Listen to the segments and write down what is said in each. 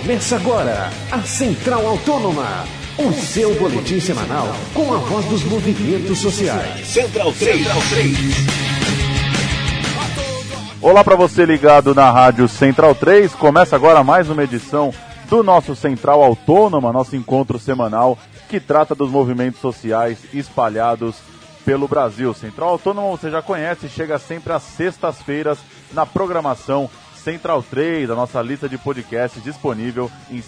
Começa agora a Central Autônoma, o seu boletim semanal com a voz dos movimentos sociais. Central 3. Olá para você ligado na Rádio Central 3, começa agora mais uma edição do nosso Central Autônoma, nosso encontro semanal que trata dos movimentos sociais espalhados pelo Brasil. Central Autônoma você já conhece, chega sempre às sextas-feiras na programação Central 3, a nossa lista de podcasts disponível em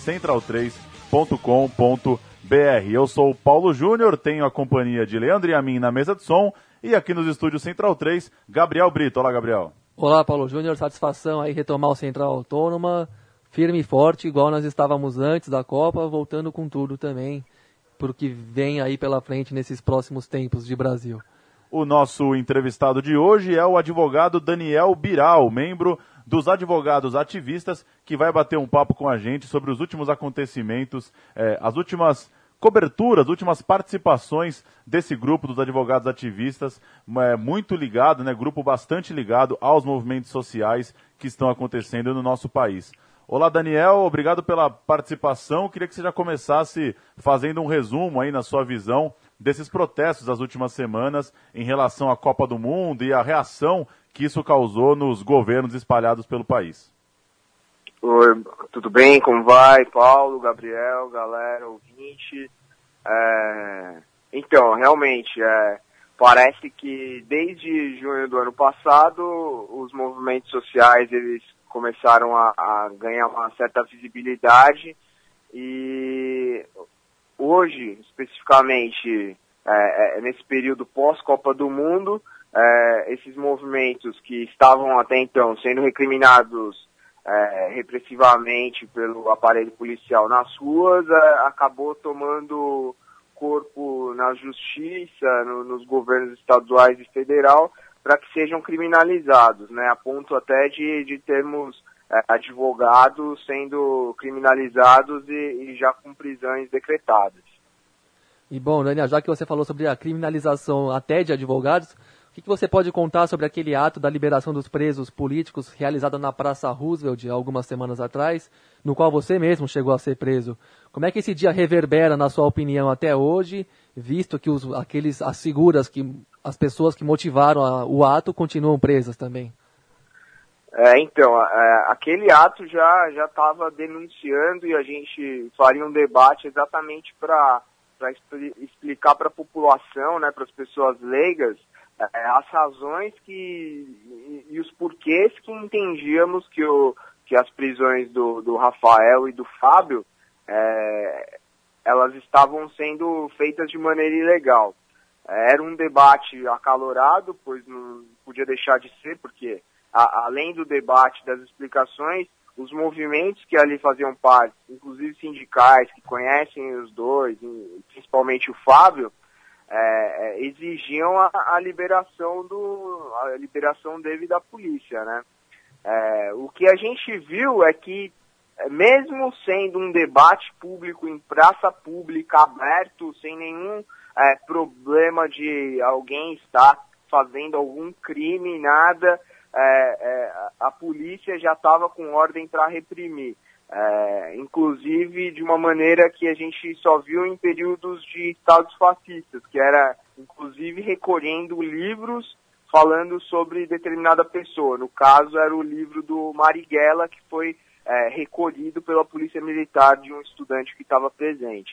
central3.com.br. Eu sou o Paulo Júnior, tenho a companhia de Leandro e a mim na mesa de som e aqui nos estúdios Central 3, Gabriel Brito. Olá, Gabriel. Olá, Paulo Júnior, satisfação aí retomar o Central Autônoma, firme e forte, igual nós estávamos antes da Copa, voltando com tudo também, porque vem aí pela frente nesses próximos tempos de Brasil. O nosso entrevistado de hoje é o advogado Daniel Biral, membro dos advogados ativistas, que vai bater um papo com a gente sobre os últimos acontecimentos, as últimas coberturas, as últimas participações desse grupo dos advogados ativistas, muito ligado, grupo bastante ligado aos movimentos sociais que estão acontecendo no nosso país. Olá, Daniel, obrigado pela participação. Queria que você já começasse fazendo um resumo aí na sua visão desses protestos das últimas semanas em relação à Copa do Mundo e a reação que isso causou nos governos espalhados pelo país. Oi, tudo bem? Como vai? Paulo, Gabriel, galera, ouvinte. Então, realmente, parece que desde junho do ano passado, os movimentos sociais eles começaram a ganhar uma certa visibilidade e hoje, especificamente, nesse período pós-Copa do Mundo, esses movimentos que estavam até então sendo recriminados repressivamente pelo aparelho policial nas ruas, acabou tomando corpo na justiça, nos governos estaduais e federal, para que sejam criminalizados, a ponto até de termos advogados sendo criminalizados e já com prisões decretadas. E bom, Daniel, já que você falou sobre a criminalização até de advogados, o que você pode contar sobre aquele ato da liberação dos presos políticos realizado na Praça Roosevelt algumas semanas atrás, no qual você mesmo chegou a ser preso? Como é que esse dia reverbera, na sua opinião, até hoje, visto que as figuras, as pessoas que motivaram o ato continuam presas também? Aquele ato já estava denunciando e a gente faria um debate exatamente para explicar para a população, para as pessoas leigas, as razões e os porquês que entendíamos que as prisões do Rafael e do Fábio, elas estavam sendo feitas de maneira ilegal. Era um debate acalorado, pois não podia deixar de ser, porque além do debate, das explicações, os movimentos que ali faziam parte, inclusive sindicais, que conhecem os dois, principalmente o Fábio, exigiam a liberação dele da polícia, o que a gente viu é que, mesmo sendo um debate público em praça pública, aberto, sem nenhum problema de alguém estar fazendo algum crime, nada, a polícia já estava com ordem para reprimir. Inclusive de uma maneira que a gente só viu em períodos de estados fascistas, que era inclusive recolhendo livros falando sobre determinada pessoa. No caso era o livro do Marighella, que foi recolhido pela polícia militar de um estudante que estava presente.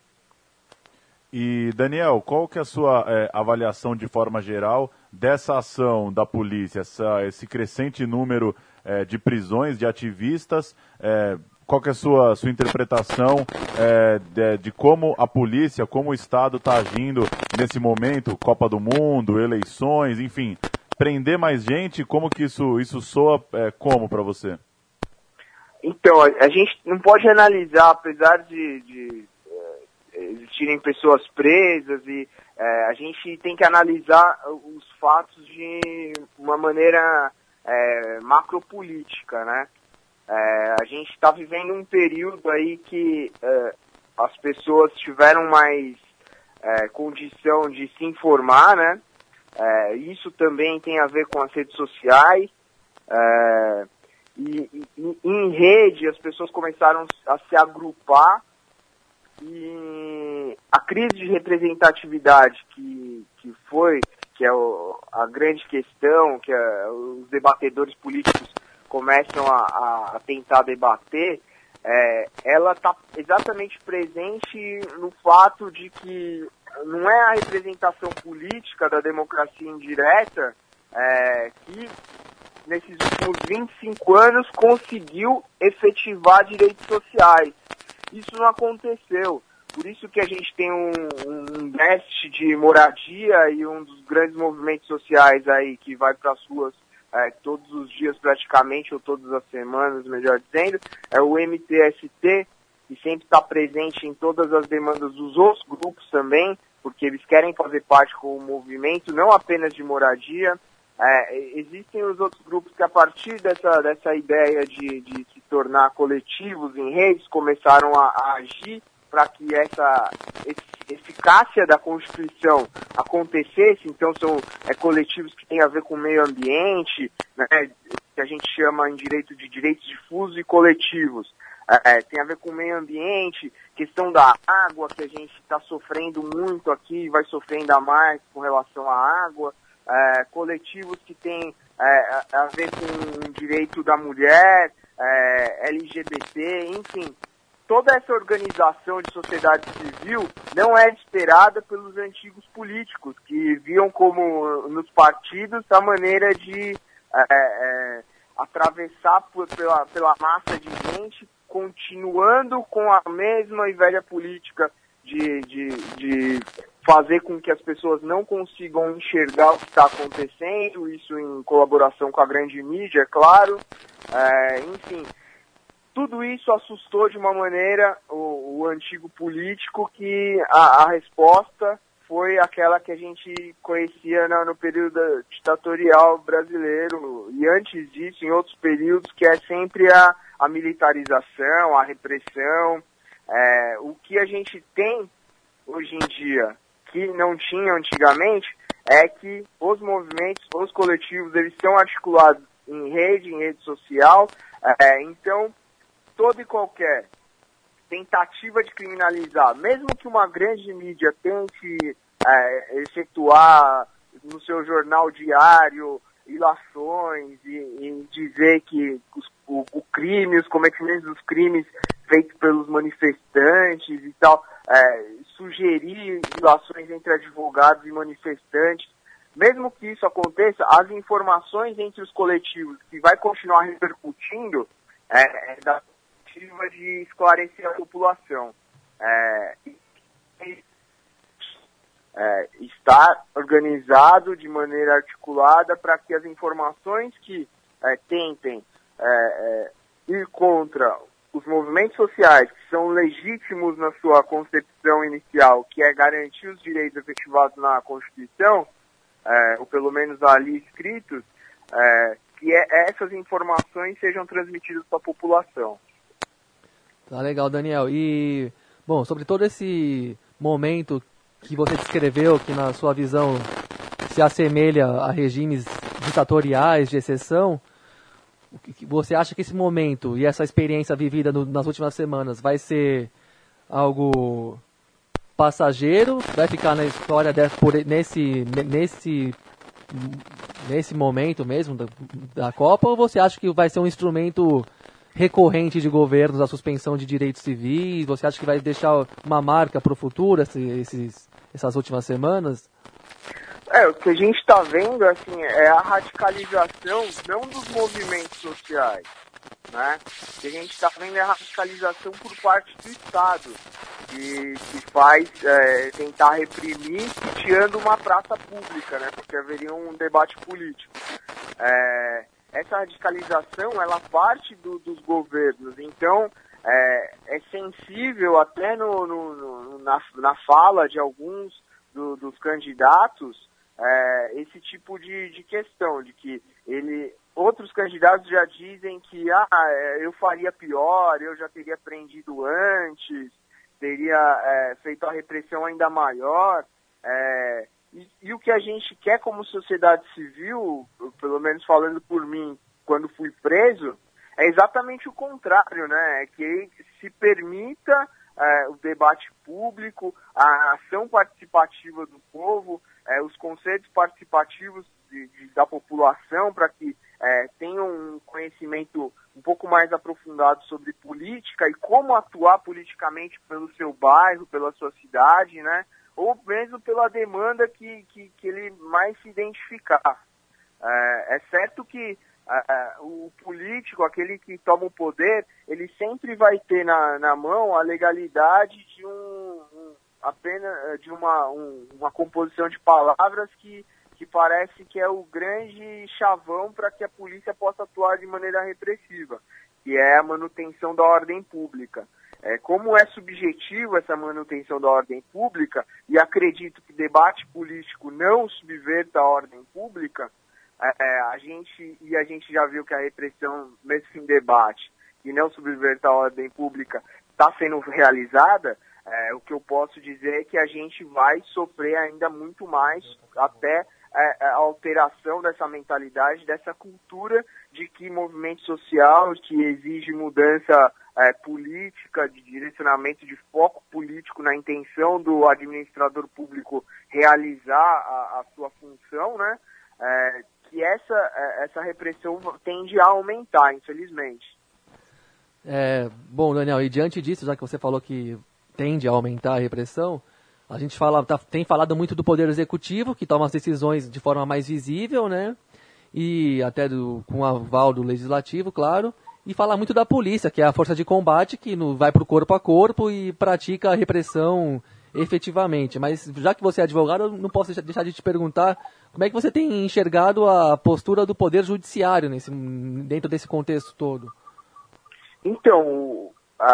E Daniel, qual que é a sua avaliação de forma geral dessa ação da polícia, esse crescente número de prisões de ativistas? Qual que é a sua interpretação de como a polícia, como o Estado está agindo nesse momento, Copa do Mundo, eleições, enfim, prender mais gente, como que isso soa como para você? Então, a gente não pode analisar, apesar de existirem pessoas presas, e a gente tem que analisar os fatos de uma maneira macropolítica, a gente está vivendo um período aí que as pessoas tiveram mais condição de se informar, Isso também tem a ver com as redes sociais, em rede as pessoas começaram a se agrupar, e a crise de representatividade que é a grande questão, que os debatedores políticos começam a tentar debater, ela está exatamente presente no fato de que não é a representação política da democracia indireta que nesses últimos 25 anos conseguiu efetivar direitos sociais. Isso não aconteceu. Por isso que a gente tem um déficit de moradia, e um dos grandes movimentos sociais aí que vai para as ruas todos os dias praticamente, ou todas as semanas, melhor dizendo, é o MTST, que sempre está presente em todas as demandas dos outros grupos também, porque eles querem fazer parte com o movimento, não apenas de moradia. Existem os outros grupos que, a partir dessa ideia de se tornar coletivos em redes, começaram a agir para que essa eficácia da Constituição acontecesse. Então são coletivos que têm a ver com o meio ambiente, né, que a gente chama em direito de direitos difusos e coletivos. Tem a ver com o meio ambiente, questão da água, que a gente está sofrendo muito aqui e vai sofrer ainda mais com relação à água. Coletivos que têm a ver com o direito da mulher, LGBT, enfim. Toda essa organização de sociedade civil não é esperada pelos antigos políticos, que viam como nos partidos a maneira de atravessar pela massa de gente, continuando com a mesma e velha política de fazer com que as pessoas não consigam enxergar o que está acontecendo, isso em colaboração com a grande mídia, é claro. Enfim, tudo isso assustou de uma maneira o antigo político, que a resposta foi aquela que a gente conhecia no período ditatorial brasileiro, e antes disso, em outros períodos, que é sempre a militarização, a repressão. O que a gente tem hoje em dia, que não tinha antigamente, é que os movimentos, os coletivos, eles estão articulados em rede social. Então, toda e qualquer tentativa de criminalizar, mesmo que uma grande mídia tente efetuar no seu jornal diário ilações e dizer que o crime, os cometimentos dos crimes feitos pelos manifestantes e tal, sugerir relações entre advogados e manifestantes, mesmo que isso aconteça, as informações entre os coletivos que vai continuar repercutindo da tentativa de esclarecer a população. Estar organizado de maneira articulada para que as informações que tentem ir contra os movimentos sociais, que são legítimos na sua concepção inicial, que é garantir os direitos efetivados na Constituição, ou pelo menos ali escritos, que essas informações sejam transmitidas para a população. Tá legal, Daniel. E, bom, sobre todo esse momento que você descreveu, que na sua visão se assemelha a regimes ditatoriais de exceção, você acha que esse momento e essa experiência vivida nas últimas semanas vai ser algo passageiro? Vai ficar na história nesse momento mesmo da Copa? Ou você acha que vai ser um instrumento recorrente de governos, a suspensão de direitos civis? Você acha que vai deixar uma marca para o futuro essas últimas semanas? O que a gente está vendo assim, é a radicalização não dos movimentos sociais, né? O que a gente está vendo é a radicalização por parte do Estado, que faz tentar reprimir, tirando uma praça pública, né? Porque haveria um debate político. Essa radicalização, ela parte dos governos, então é sensível até na fala de alguns dos candidatos, esse tipo de questão, de que outros candidatos já dizem que eu faria pior, eu já teria prendido antes, teria feito a repressão ainda maior. E o que a gente quer como sociedade civil, pelo menos falando por mim, quando fui preso, é exatamente o contrário, né? É que se permita o debate público, a ação participativa do povo, os conceitos participativos da população, para que tenham um conhecimento um pouco mais aprofundado sobre política e como atuar politicamente pelo seu bairro, pela sua cidade, né? Ou mesmo pela demanda que ele mais se identificar. É certo que o político, aquele que toma o poder, ele sempre vai ter na mão a legalidade de apenas de uma composição de palavras que parece que é o grande chavão para que a polícia possa atuar de maneira repressiva, que é a manutenção da ordem pública. Como é subjetivo essa manutenção da ordem pública, e acredito que debate político não subverta a ordem pública, a gente já viu que a repressão, mesmo em debate, que não subverta a ordem pública, está sendo realizada. O que eu posso dizer é que a gente vai sofrer ainda muito mais até a alteração dessa mentalidade, dessa cultura de que movimento social, que exige mudança política, de direcionamento de foco político na intenção do administrador público realizar a sua função, né? Que essa repressão tende a aumentar, infelizmente. Bom, Daniel, e diante disso, já que você falou que tende a aumentar a repressão, a gente tem falado muito do Poder Executivo, que toma as decisões de forma mais visível, né? E até com o aval do Legislativo, claro. E fala muito da polícia, que é a força de combate, que vai para o corpo a corpo e pratica a repressão efetivamente. Mas já que você é advogado, eu não posso deixar de te perguntar como é que você tem enxergado a postura do Poder Judiciário dentro desse contexto todo. Então,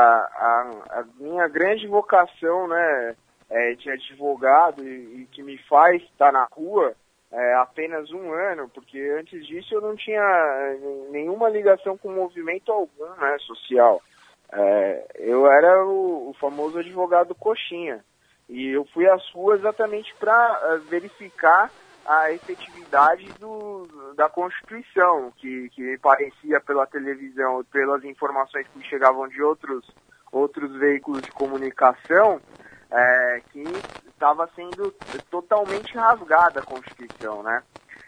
a minha grande vocação, né, de advogado e que me faz estar na rua apenas um ano, porque antes disso eu não tinha nenhuma ligação com movimento algum, né, social. Eu era o famoso advogado coxinha. E eu fui às ruas exatamente para verificar a efetividade da Constituição, que me parecia pela televisão, pelas informações que me chegavam de outros veículos de comunicação, que estava sendo totalmente rasgada a Constituição, né?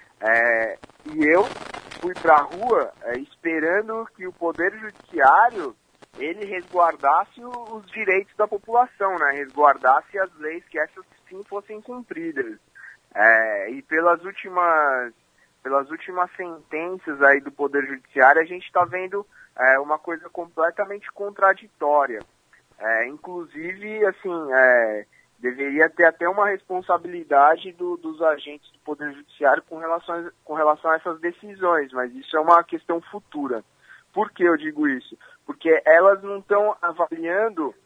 E eu fui para a rua esperando que o Poder Judiciário ele resguardasse os direitos da população, né? Resguardasse as leis, que essas sim fossem cumpridas. E pelas últimas sentenças aí do Poder Judiciário, a gente está vendo uma coisa completamente contraditória. Inclusive, assim, deveria ter até uma responsabilidade dos agentes do Poder Judiciário com relação a essas decisões, mas isso é uma questão futura. Por que eu digo isso? Porque elas não estão avaliando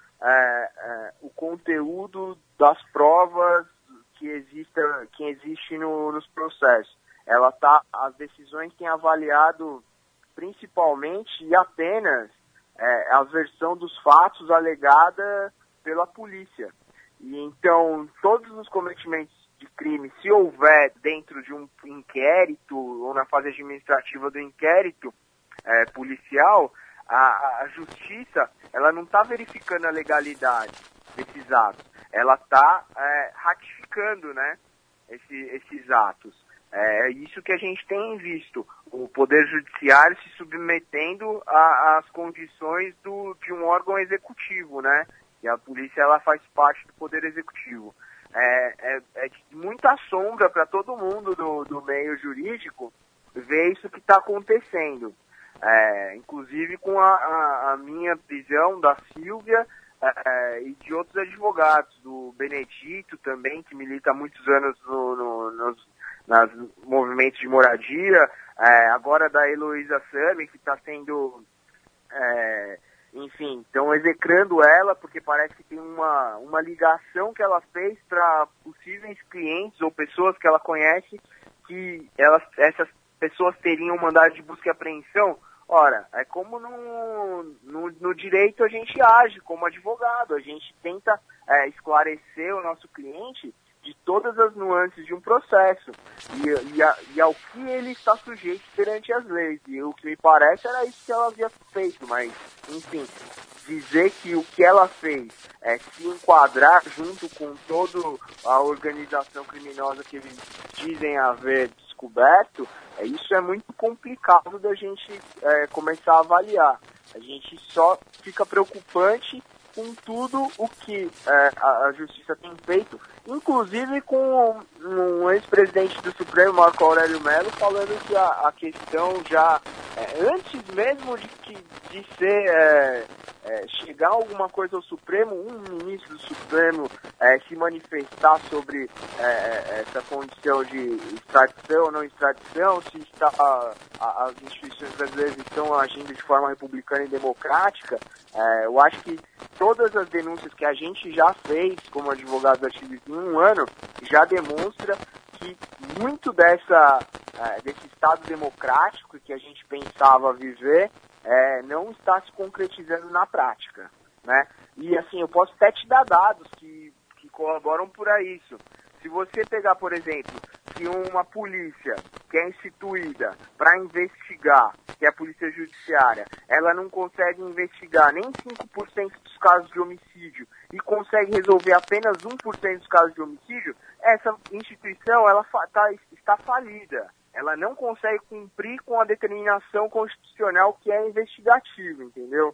o conteúdo das provas que existe nos processos. As decisões têm avaliado principalmente e apenas a versão dos fatos alegada pela polícia. E então, todos os cometimentos de crime, se houver dentro de um inquérito ou na fase administrativa do inquérito policial, a justiça ela não está verificando a legalidade desses atos, ela está ratificando, né, esses atos. É isso que a gente tem visto, o Poder Judiciário se submetendo às condições de um órgão executivo, né? E a polícia ela faz parte do Poder Executivo. É de muita sombra para todo mundo do meio jurídico ver isso que está acontecendo. Inclusive com a minha visão da Silvia e de outros advogados, do Benedito também, que milita há muitos anos nos movimentos de moradia, agora da Heloísa Sami, que está sendo, enfim, estão execrando ela, porque parece que tem uma ligação que ela fez para possíveis clientes ou pessoas que ela conhece, que essas pessoas teriam mandado de busca e apreensão. Ora, é como no direito a gente age como advogado, a gente tenta esclarecer o nosso cliente de todas as nuances de um processo e ao que ele está sujeito perante as leis. E o que me parece era isso que ela havia feito, mas, enfim, dizer que o que ela fez é se enquadrar junto com toda a organização criminosa que eles dizem haver descoberto, isso é muito complicado da gente começar a avaliar. A gente só fica preocupante com tudo o que a Justiça tem feito, inclusive com um ex-presidente do Supremo, Marco Aurélio Mello, falando que a questão já, antes mesmo de ser chegar alguma coisa ao Supremo, um ministro do Supremo se manifestar sobre essa condição de extradição ou não extradição, se as instituições brasileiras estão agindo de forma republicana e democrática. Eu acho que todas as denúncias que a gente já fez como advogados ativistas em um ano já demonstra que muito desse Estado democrático que a gente pensava viver não está se concretizando na prática, né? E assim, eu posso até te dar dados que colaboram para isso. Se você pegar, por exemplo, se uma polícia que é instituída para investigar, que é a polícia judiciária, ela não consegue investigar nem 5% dos casos de homicídio e consegue resolver apenas 1% dos casos de homicídio, essa instituição está falida. Ela não consegue cumprir com a determinação constitucional que é investigativa, entendeu?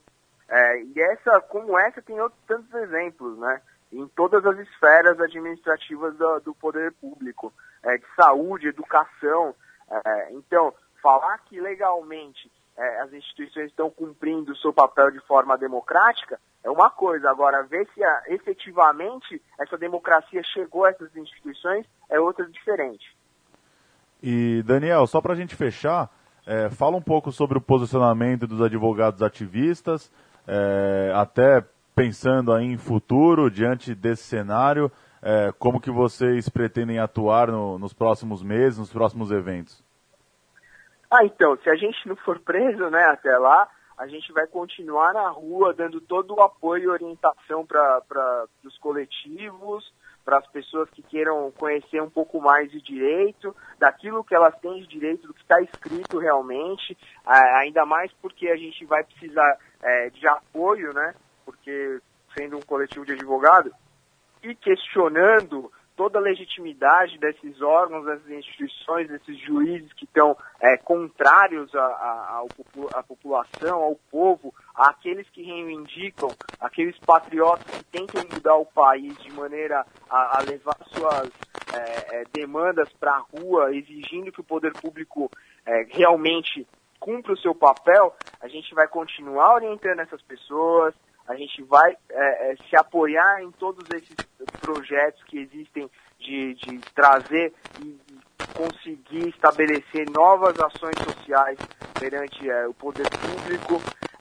E como essa tem outros tantos exemplos, né? Em todas as esferas administrativas do poder público, de saúde, educação. Então, falar que legalmente as instituições estão cumprindo o seu papel de forma democrática é uma coisa. Agora, ver se efetivamente essa democracia chegou a essas instituições é outra diferente. E, Daniel, só para a gente fechar, fala um pouco sobre o posicionamento dos advogados ativistas, até pensando aí em futuro, diante desse cenário, como que vocês pretendem atuar nos próximos meses, nos próximos eventos? Então, se a gente não for preso, né, até lá, a gente vai continuar na rua dando todo o apoio e orientação para os coletivos, para as pessoas que queiram conhecer um pouco mais de direito, daquilo que elas têm de direito, do que está escrito realmente, ainda mais porque a gente vai precisar de apoio, né, porque sendo um coletivo de advogado, e questionando toda a legitimidade desses órgãos, dessas instituições, desses juízes que estão contrários à população, ao povo, àqueles que reivindicam, aqueles patriotas que tentam mudar o país de maneira a levar suas demandas para a rua, exigindo que o poder público realmente cumpra o seu papel. A gente vai continuar orientando essas pessoas, a gente vai se apoiar em todos esses projetos que existem de trazer e conseguir estabelecer novas ações sociais perante o poder público.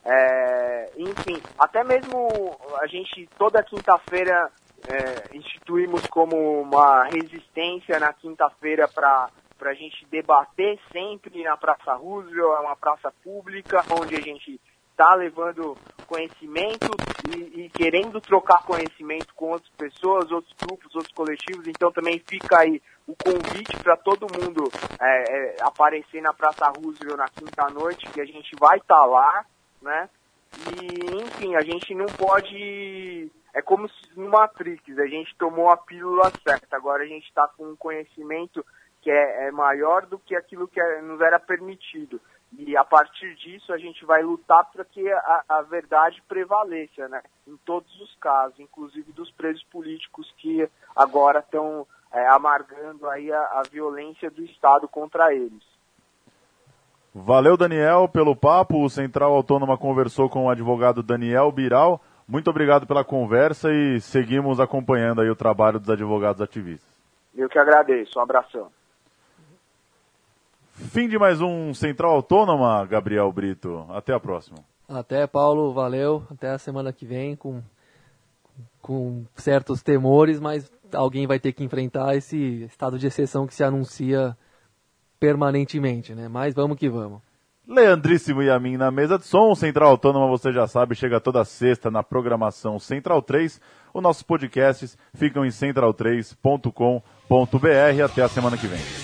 Enfim, até mesmo a gente toda quinta-feira instituímos como uma resistência na quinta-feira para a gente debater sempre na Praça Roosevelt, é uma praça pública onde a gente está levando conhecimento e querendo trocar conhecimento com outras pessoas, outros grupos, outros coletivos. Então também fica aí o convite para todo mundo aparecer na Praça Roosevelt na quinta-noite, que a gente vai estar lá, né? E, enfim, a gente não pode... É como se no Matrix, a gente tomou a pílula certa, agora a gente está com um conhecimento que é maior do que aquilo que nos era permitido. E a partir disso a gente vai lutar para que a verdade prevaleça, né? Em todos os casos, inclusive dos presos políticos que agora estão amargando aí a violência do Estado contra eles. Valeu, Daniel, pelo papo. O Central Autônoma conversou com o advogado Daniel Biral. Muito obrigado pela conversa e seguimos acompanhando aí o trabalho dos advogados ativistas. Eu que agradeço. Um abração. Fim de mais um Central Autônoma, Gabriel Brito. Até a próxima. Até, Paulo. Valeu. Até a semana que vem com certos temores, mas alguém vai ter que enfrentar esse estado de exceção que se anuncia permanentemente, né? Mas vamos que vamos. Leandríssimo e a mim na mesa de som. Central Autônoma, você já sabe, chega toda sexta na programação Central 3. Os nossos podcasts ficam em central3.com.br. Até a semana que vem.